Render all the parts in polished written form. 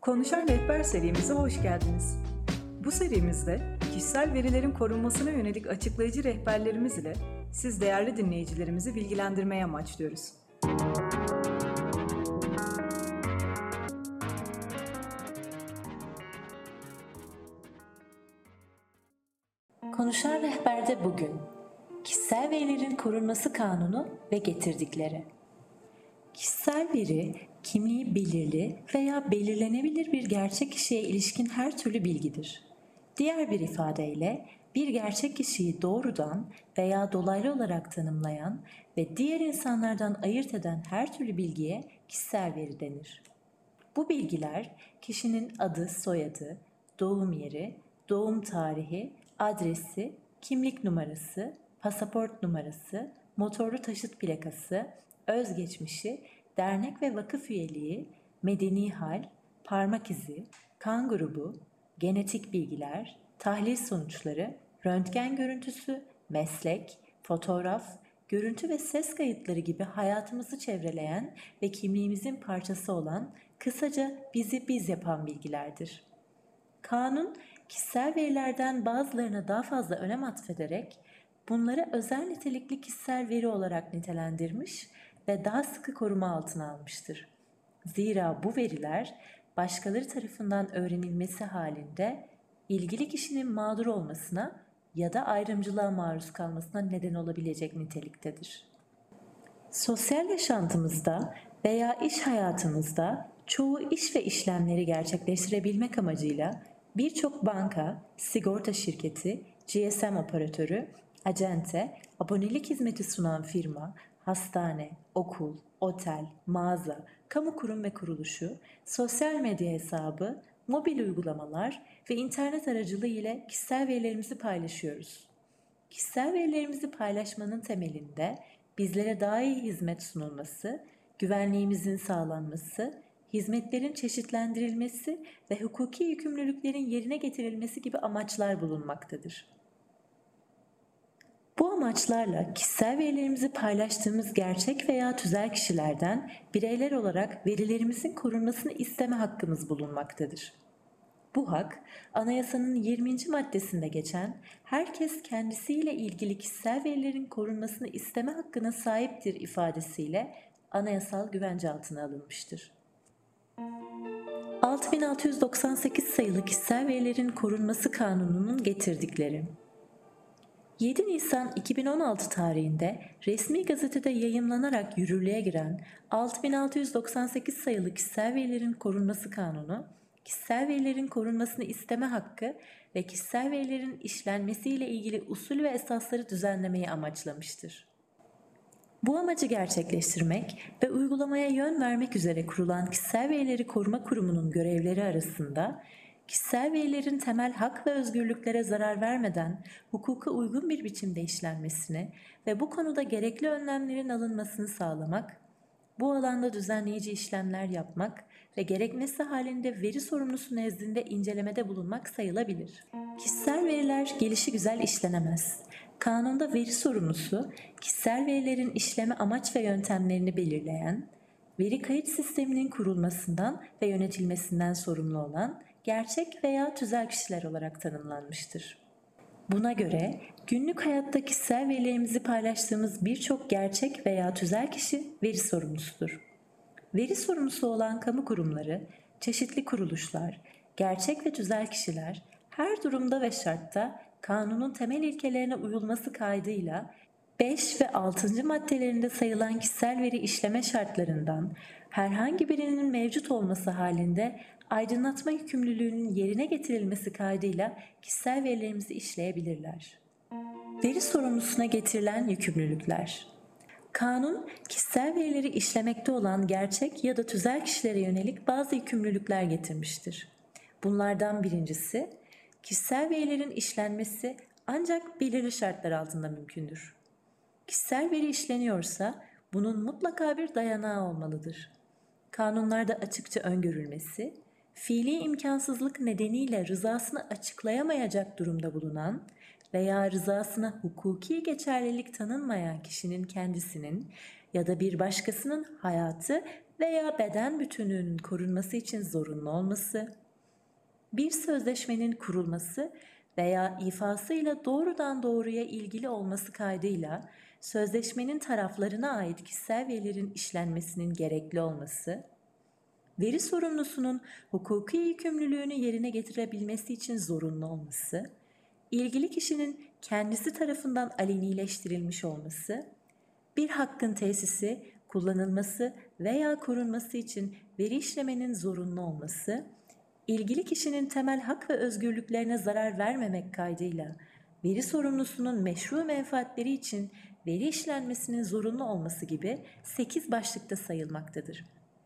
Konuşan Rehber serimize hoş geldiniz. Bu serimizde kişisel verilerin korunmasına yönelik açıklayıcı rehberlerimiz ile siz değerli dinleyicilerimizi bilgilendirmeye amaçlıyoruz. Konuşan Rehber'de bugün Kişisel Verilerin Korunması Kanunu ve getirdikleri. Kişisel veri, kimliği belirli veya belirlenebilir bir gerçek kişiye ilişkin her türlü bilgidir. Diğer bir ifadeyle bir gerçek kişiyi doğrudan veya dolaylı olarak tanımlayan ve diğer insanlardan ayırt eden her türlü bilgiye kişisel veri denir. Bu bilgiler kişinin adı, soyadı, doğum yeri, doğum tarihi, adresi, kimlik numarası, pasaport numarası, motorlu taşıt plakası, özgeçmişi, dernek ve vakıf üyeliği, medeni hal, parmak izi, kan grubu, genetik bilgiler, tahlil sonuçları, röntgen görüntüsü, meslek, fotoğraf, görüntü ve ses kayıtları gibi hayatımızı çevreleyen ve kimliğimizin parçası olan, kısaca bizi biz yapan bilgilerdir. Kanun, kişisel verilerden bazılarına daha fazla önem atfederek bunları özel nitelikli kişisel veri olarak nitelendirmiş ve daha sıkı koruma altına almıştır. Zira bu veriler başkaları tarafından öğrenilmesi halinde ilgili kişinin mağdur olmasına ya da ayrımcılığa maruz kalmasına neden olabilecek niteliktedir. Sosyal yaşantımızda veya iş hayatımızda çoğu iş ve işlemleri gerçekleştirebilmek amacıyla birçok banka, sigorta şirketi, GSM operatörü, acente, abonelik hizmeti sunan firma, hastane, okul, otel, mağaza, kamu kurum ve kuruluşu, sosyal medya hesabı, mobil uygulamalar ve internet aracılığı ile kişisel verilerimizi paylaşıyoruz. Kişisel verilerimizi paylaşmanın temelinde bizlere daha iyi hizmet sunulması, güvenliğimizin sağlanması, hizmetlerin çeşitlendirilmesi ve hukuki yükümlülüklerin yerine getirilmesi gibi amaçlar bulunmaktadır. Bu amaçlarla kişisel verilerimizi paylaştığımız gerçek veya tüzel kişilerden bireyler olarak verilerimizin korunmasını isteme hakkımız bulunmaktadır. Bu hak, Anayasanın 20. maddesinde geçen herkes kendisiyle ilgili kişisel verilerin korunmasını isteme hakkına sahiptir ifadesiyle anayasal güvence altına alınmıştır. 6698 sayılı Kişisel Verilerin Korunması Kanunu'nun getirdikleri. 7 Nisan 2016 tarihinde resmi gazetede yayımlanarak yürürlüğe giren 6698 sayılı Kişisel Verilerin Korunması Kanunu, kişisel verilerin korunmasını isteme hakkı ve kişisel verilerin işlenmesiyle ilgili usul ve esasları düzenlemeyi amaçlamıştır. Bu amacı gerçekleştirmek ve uygulamaya yön vermek üzere kurulan Kişisel Verileri Koruma Kurumu'nun görevleri arasında, kişisel verilerin temel hak ve özgürlüklere zarar vermeden hukuka uygun bir biçimde işlenmesini ve bu konuda gerekli önlemlerin alınmasını sağlamak, bu alanda düzenleyici işlemler yapmak ve gerekmesi halinde veri sorumlusu nezdinde incelemede bulunmak sayılabilir. Kişisel veriler gelişigüzel işlenemez. Kanunda veri sorumlusu, kişisel verilerin işleme amaç ve yöntemlerini belirleyen, veri kayıt sisteminin kurulmasından ve yönetilmesinden sorumlu olan gerçek veya tüzel kişiler olarak tanımlanmıştır. Buna göre günlük hayatta kişisel verilerimizi paylaştığımız birçok gerçek veya tüzel kişi veri sorumlusudur. Veri sorumlusu olan kamu kurumları, çeşitli kuruluşlar, gerçek ve tüzel kişiler her durumda ve şartta kanunun temel ilkelerine uyulması kaydıyla 5 ve 6. maddelerinde sayılan kişisel veri işleme şartlarından herhangi birinin mevcut olması halinde aydınlatma yükümlülüğünün yerine getirilmesi kaydıyla kişisel verilerimizi işleyebilirler. Veri sorumlusuna getirilen yükümlülükler. Kanun, kişisel verileri işlemekte olan gerçek ya da tüzel kişilere yönelik bazı yükümlülükler getirmiştir. Bunlardan birincisi, kişisel verilerin işlenmesi ancak belirli şartlar altında mümkündür. Kişisel veri işleniyorsa bunun mutlaka bir dayanağı olmalıdır. Kanunlarda açıkça öngörülmesi, fiili imkansızlık nedeniyle rızasını açıklayamayacak durumda bulunan veya rızasına hukuki geçerlilik tanınmayan kişinin kendisinin ya da bir başkasının hayatı veya beden bütünlüğünün korunması için zorunlu olması, bir sözleşmenin kurulması veya ifasıyla doğrudan doğruya ilgili olması kaydıyla sözleşmenin taraflarına ait kişisel verilerin işlenmesinin gerekli olması, veri sorumlusunun hukuki yükümlülüğünü yerine getirebilmesi için zorunlu olması, ilgili kişinin kendisi tarafından alenileştirilmiş olması, bir hakkın tesisi, kullanılması veya korunması için veri işlemenin zorunlu olması, ilgili kişinin temel hak ve özgürlüklerine zarar vermemek kaydıyla veri sorumlusunun meşru menfaatleri için veri işlenmesinin zorunlu olması gibi 8 başlıkta sayılmaktadır.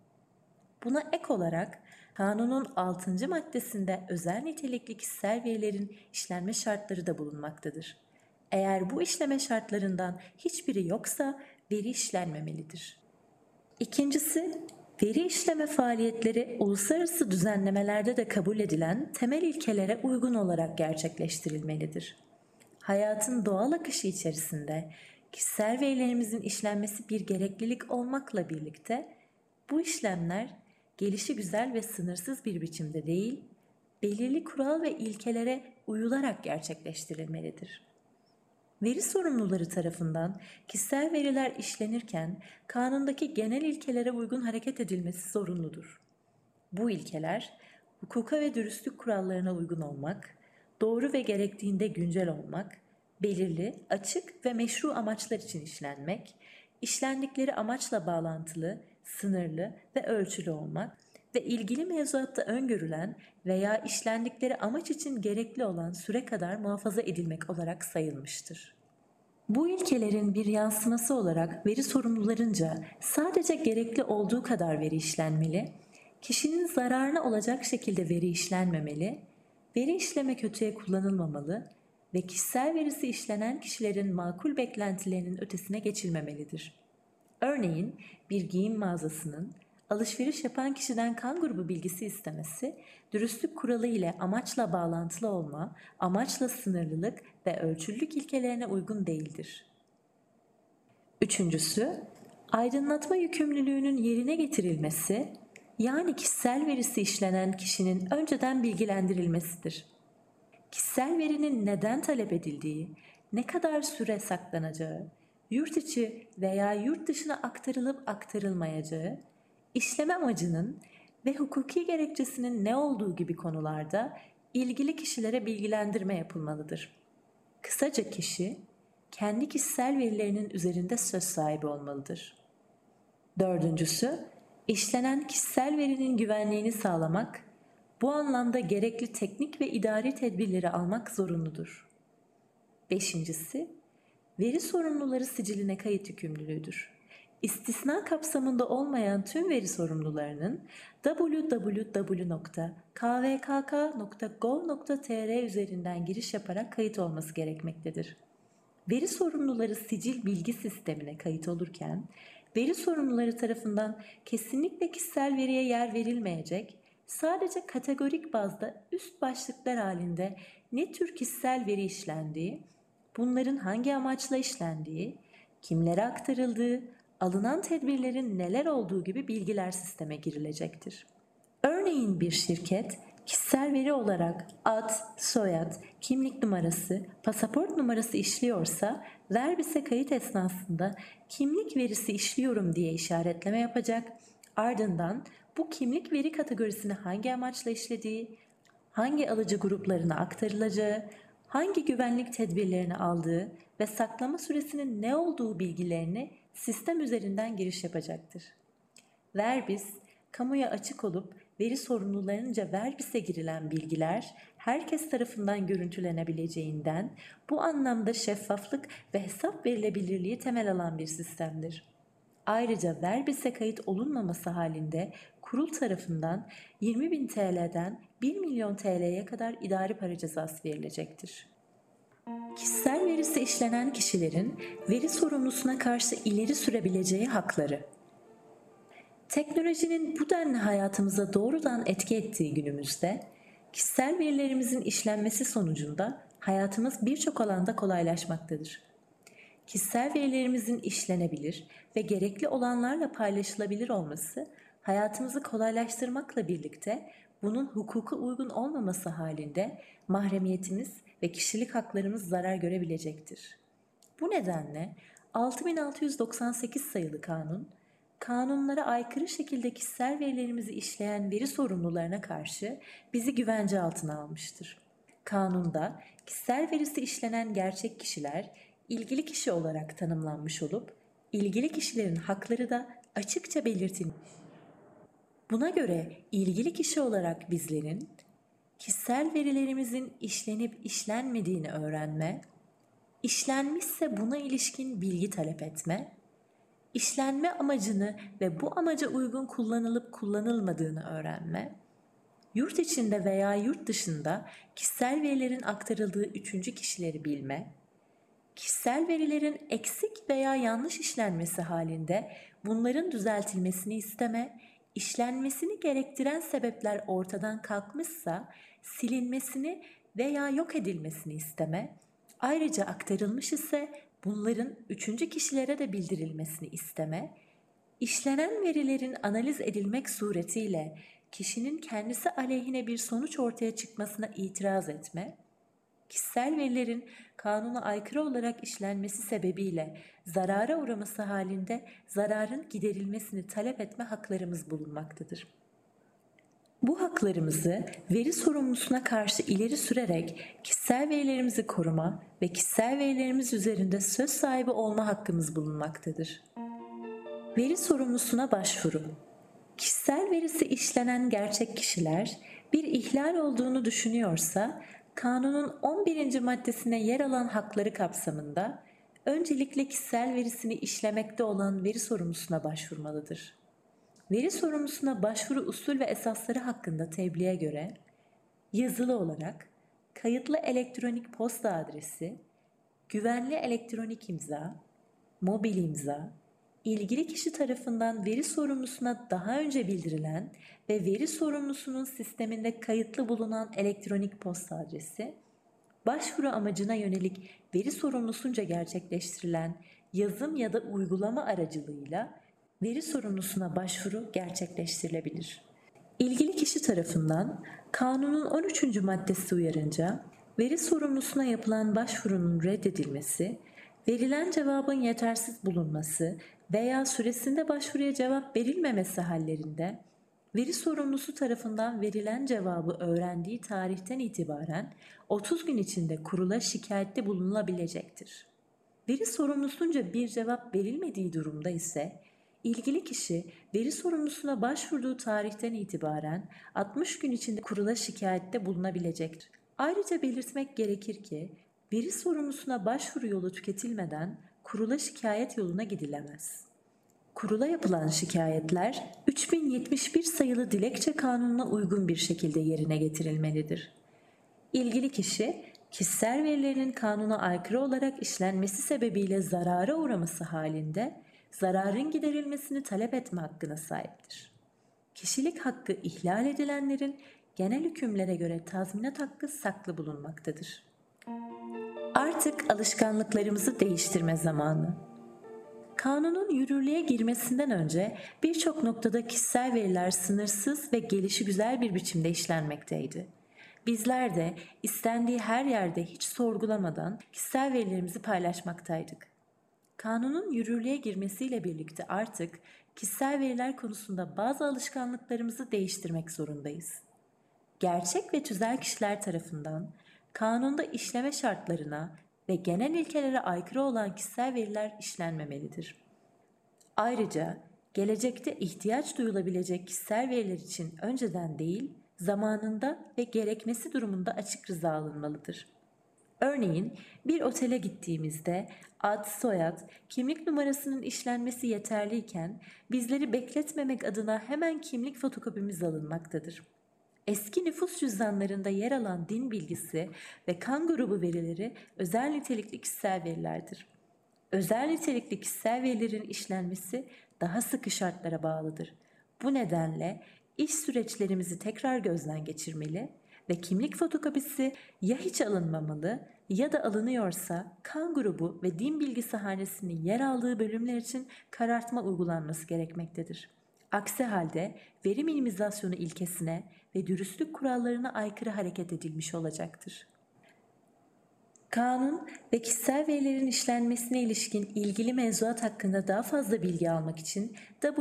Buna ek olarak kanunun 6. maddesinde özel nitelikli kişisel verilerin işlenme şartları da bulunmaktadır. Eğer bu işleme şartlarından hiçbiri yoksa veri işlenmemelidir. İkincisi, veri işleme faaliyetleri uluslararası düzenlemelerde de kabul edilen temel ilkelere uygun olarak gerçekleştirilmelidir. Hayatın doğal akışı içerisinde kişisel verilerimizin işlenmesi bir gereklilik olmakla birlikte bu işlemler gelişigüzel ve sınırsız bir biçimde değil, belirli kural ve ilkelere uyularak gerçekleştirilmelidir. Veri sorumluları tarafından kişisel veriler işlenirken kanundaki genel ilkelere uygun hareket edilmesi zorunludur. Bu ilkeler, hukuka ve dürüstlük kurallarına uygun olmak, doğru ve gerektiğinde güncel olmak, belirli, açık ve meşru amaçlar için işlenmek, işlendikleri amaçla bağlantılı, sınırlı ve ölçülü olmak ve ilgili mevzuatta öngörülen veya işlendikleri amaç için gerekli olan süre kadar muhafaza edilmek olarak sayılmıştır. Bu ilkelerin bir yansıması olarak veri sorumlularınca sadece gerekli olduğu kadar veri işlenmeli, kişinin zararına olacak şekilde veri işlenmemeli, veri işleme kötüye kullanılmamalı ve kişisel verisi işlenen kişilerin makul beklentilerinin ötesine geçilmemelidir. Örneğin bir giyim mağazasının alışveriş yapan kişiden kan grubu bilgisi istemesi, dürüstlük kuralı ile amaçla bağlantılı olma, amaçla sınırlılık ve ölçülülük ilkelerine uygun değildir. Üçüncüsü, aydınlatma yükümlülüğünün yerine getirilmesi, yani kişisel verisi işlenen kişinin önceden bilgilendirilmesidir. Kişisel verinin neden talep edildiği, ne kadar süre saklanacağı, yurt içi veya yurt dışına aktarılıp aktarılmayacağı, işleme amacının ve hukuki gerekçesinin ne olduğu gibi konularda ilgili kişilere bilgilendirme yapılmalıdır. Kısaca kişi, kendi kişisel verilerinin üzerinde söz sahibi olmalıdır. Dördüncüsü, işlenen kişisel verinin güvenliğini sağlamak, bu anlamda gerekli teknik ve idari tedbirleri almak zorunludur. Beşincisi, veri sorumluları siciline kayıt yükümlülüğüdür. İstisna kapsamında olmayan tüm veri sorumlularının www.kvkk.gov.tr üzerinden giriş yaparak kayıt olması gerekmektedir. Veri sorumluları sicil bilgi sistemine kayıt olurken, veri sorumluları tarafından kesinlikle kişisel veriye yer verilmeyecek, sadece kategorik bazda üst başlıklar halinde ne tür kişisel veri işlendiği, bunların hangi amaçla işlendiği, kimlere aktarıldığı, alınan tedbirlerin neler olduğu gibi bilgiler sisteme girilecektir. Örneğin bir şirket, kişisel veri olarak ad, soyad, kimlik numarası, pasaport numarası işliyorsa, Verbis'e kayıt esnasında kimlik verisi işliyorum diye işaretleme yapacak, ardından bu kimlik veri kategorisini hangi amaçla işlediği, hangi alıcı gruplarına aktarılacağı, hangi güvenlik tedbirlerini aldığı ve saklama süresinin ne olduğu bilgilerini sistem üzerinden giriş yapacaktır. Verbis, kamuya açık olup veri sorumlularınca Verbis'e girilen bilgiler herkes tarafından görüntülenebileceğinden bu anlamda şeffaflık ve hesap verilebilirliği temel alan bir sistemdir. Ayrıca Verbis'e kayıt olunmaması halinde kurul tarafından 20.000 TL'den 1 milyon TL'ye kadar idari para cezası verilecektir. Kişisel verisi işlenen kişilerin veri sorumlusuna karşı ileri sürebileceği hakları. Teknolojinin bu denli hayatımıza doğrudan etki ettiği günümüzde, kişisel verilerimizin işlenmesi sonucunda hayatımız birçok alanda kolaylaşmaktadır. Kişisel verilerimizin işlenebilir ve gerekli olanlarla paylaşılabilir olması, hayatımızı kolaylaştırmakla birlikte bunun hukuka uygun olmaması halinde mahremiyetimiz ve kişilik haklarımız zarar görebilecektir. Bu nedenle 6698 sayılı kanun, kanunlara aykırı şekilde kişisel verilerimizi işleyen veri sorumlularına karşı bizi güvence altına almıştır. Kanunda kişisel verisi işlenen gerçek kişiler ilgili kişi olarak tanımlanmış olup, ilgili kişilerin hakları da açıkça belirtilmiş. Buna göre ilgili kişi olarak bizlerin kişisel verilerimizin işlenip işlenmediğini öğrenme, işlenmişse buna ilişkin bilgi talep etme, işlenme amacını ve bu amaca uygun kullanılıp kullanılmadığını öğrenme, yurt içinde veya yurt dışında kişisel verilerin aktarıldığı üçüncü kişileri bilme, kişisel verilerin eksik veya yanlış işlenmesi halinde bunların düzeltilmesini isteme, işlenmesini gerektiren sebepler ortadan kalkmışsa silinmesini veya yok edilmesini isteme, ayrıca aktarılmış ise bunların üçüncü kişilere de bildirilmesini isteme, işlenen verilerin analiz edilmek suretiyle kişinin kendisi aleyhine bir sonuç ortaya çıkmasına itiraz etme, kişisel verilerin kanuna aykırı olarak işlenmesi sebebiyle zarara uğraması halinde zararın giderilmesini talep etme haklarımız bulunmaktadır. Bu haklarımızı veri sorumlusuna karşı ileri sürerek kişisel verilerimizi koruma ve kişisel verilerimiz üzerinde söz sahibi olma hakkımız bulunmaktadır. Veri sorumlusuna başvuru. Kişisel verisi işlenen gerçek kişiler bir ihlal olduğunu düşünüyorsa, kanunun 11. maddesine yer alan hakları kapsamında öncelikle kişisel verisini işlemekte olan veri sorumlusuna başvurmalıdır. Veri sorumlusuna başvuru usul ve esasları hakkında tebliğe göre yazılı olarak kayıtlı elektronik posta adresi, güvenli elektronik imza, mobil imza, ilgili kişi tarafından veri sorumlusuna daha önce bildirilen ve veri sorumlusunun sisteminde kayıtlı bulunan elektronik posta adresi, başvuru amacına yönelik veri sorumlusunca gerçekleştirilen yazım ya da uygulama aracılığıyla veri sorumlusuna başvuru gerçekleştirilebilir. İlgili kişi tarafından kanunun 13. maddesi uyarınca veri sorumlusuna yapılan başvurunun reddedilmesi, verilen cevabın yetersiz bulunması veya süresinde başvuruya cevap verilmemesi hallerinde veri sorumlusu tarafından verilen cevabı öğrendiği tarihten itibaren 30 gün içinde kurula şikayette bulunulabilecektir. Veri sorumlusunca bir cevap verilmediği durumda ise ilgili kişi veri sorumlusuna başvurduğu tarihten itibaren 60 gün içinde kurula şikayette bulunabilecektir. Ayrıca belirtmek gerekir ki veri sorumlusuna başvuru yolu tüketilmeden kurula şikayet yoluna gidilemez. Kurula yapılan şikayetler 3071 sayılı dilekçe kanununa uygun bir şekilde yerine getirilmelidir. İlgili kişi, kişisel verilerinin kanuna aykırı olarak işlenmesi sebebiyle zarara uğraması halinde zararın giderilmesini talep etme hakkına sahiptir. Kişilik hakkı ihlal edilenlerin genel hükümlere göre tazminat hakkı saklı bulunmaktadır. Artık alışkanlıklarımızı değiştirme zamanı. Kanunun yürürlüğe girmesinden önce birçok noktada kişisel veriler sınırsız ve gelişigüzel bir biçimde işlenmekteydi. Bizler de istendiği her yerde hiç sorgulamadan kişisel verilerimizi paylaşmaktaydık. Kanunun yürürlüğe girmesiyle birlikte artık kişisel veriler konusunda bazı alışkanlıklarımızı değiştirmek zorundayız. Gerçek ve tüzel kişiler tarafından kanunda işleme şartlarına ve genel ilkelere aykırı olan kişisel veriler işlenmemelidir. Ayrıca gelecekte ihtiyaç duyulabilecek kişisel veriler için önceden değil, zamanında ve gerekmesi durumunda açık rıza alınmalıdır. Örneğin bir otele gittiğimizde ad, soyad, kimlik numarasının işlenmesi yeterliyken bizleri bekletmemek adına hemen kimlik fotokopimiz alınmaktadır. Eski nüfus cüzdanlarında yer alan din bilgisi ve kan grubu verileri özel nitelikli kişisel verilerdir. Özel nitelikli kişisel verilerin işlenmesi daha sıkı şartlara bağlıdır. Bu nedenle iş süreçlerimizi tekrar gözden geçirmeli ve kimlik fotokopisi ya hiç alınmamalı ya da alınıyorsa kan grubu ve din bilgisi hanesinin yer aldığı bölümler için karartma uygulanması gerekmektedir. Aksi halde veri minimizasyonu ilkesine ve dürüstlük kurallarına aykırı hareket edilmiş olacaktır. Kanun ve kişisel verilerin işlenmesine ilişkin ilgili mevzuat hakkında daha fazla bilgi almak için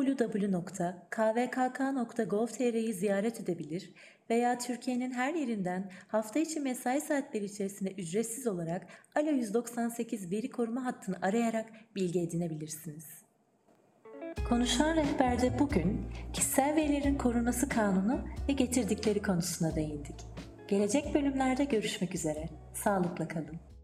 www.kvkk.gov.tr'yi ziyaret edebilir veya Türkiye'nin her yerinden hafta içi mesai saatleri içerisinde ücretsiz olarak ALO 198 veri koruma hattını arayarak bilgi edinebilirsiniz. Konuşan Rehber'de bugün kişisel verilerin korunması kanunu ve getirdikleri konusuna değindik. Gelecek bölümlerde görüşmek üzere. Sağlıkla kalın.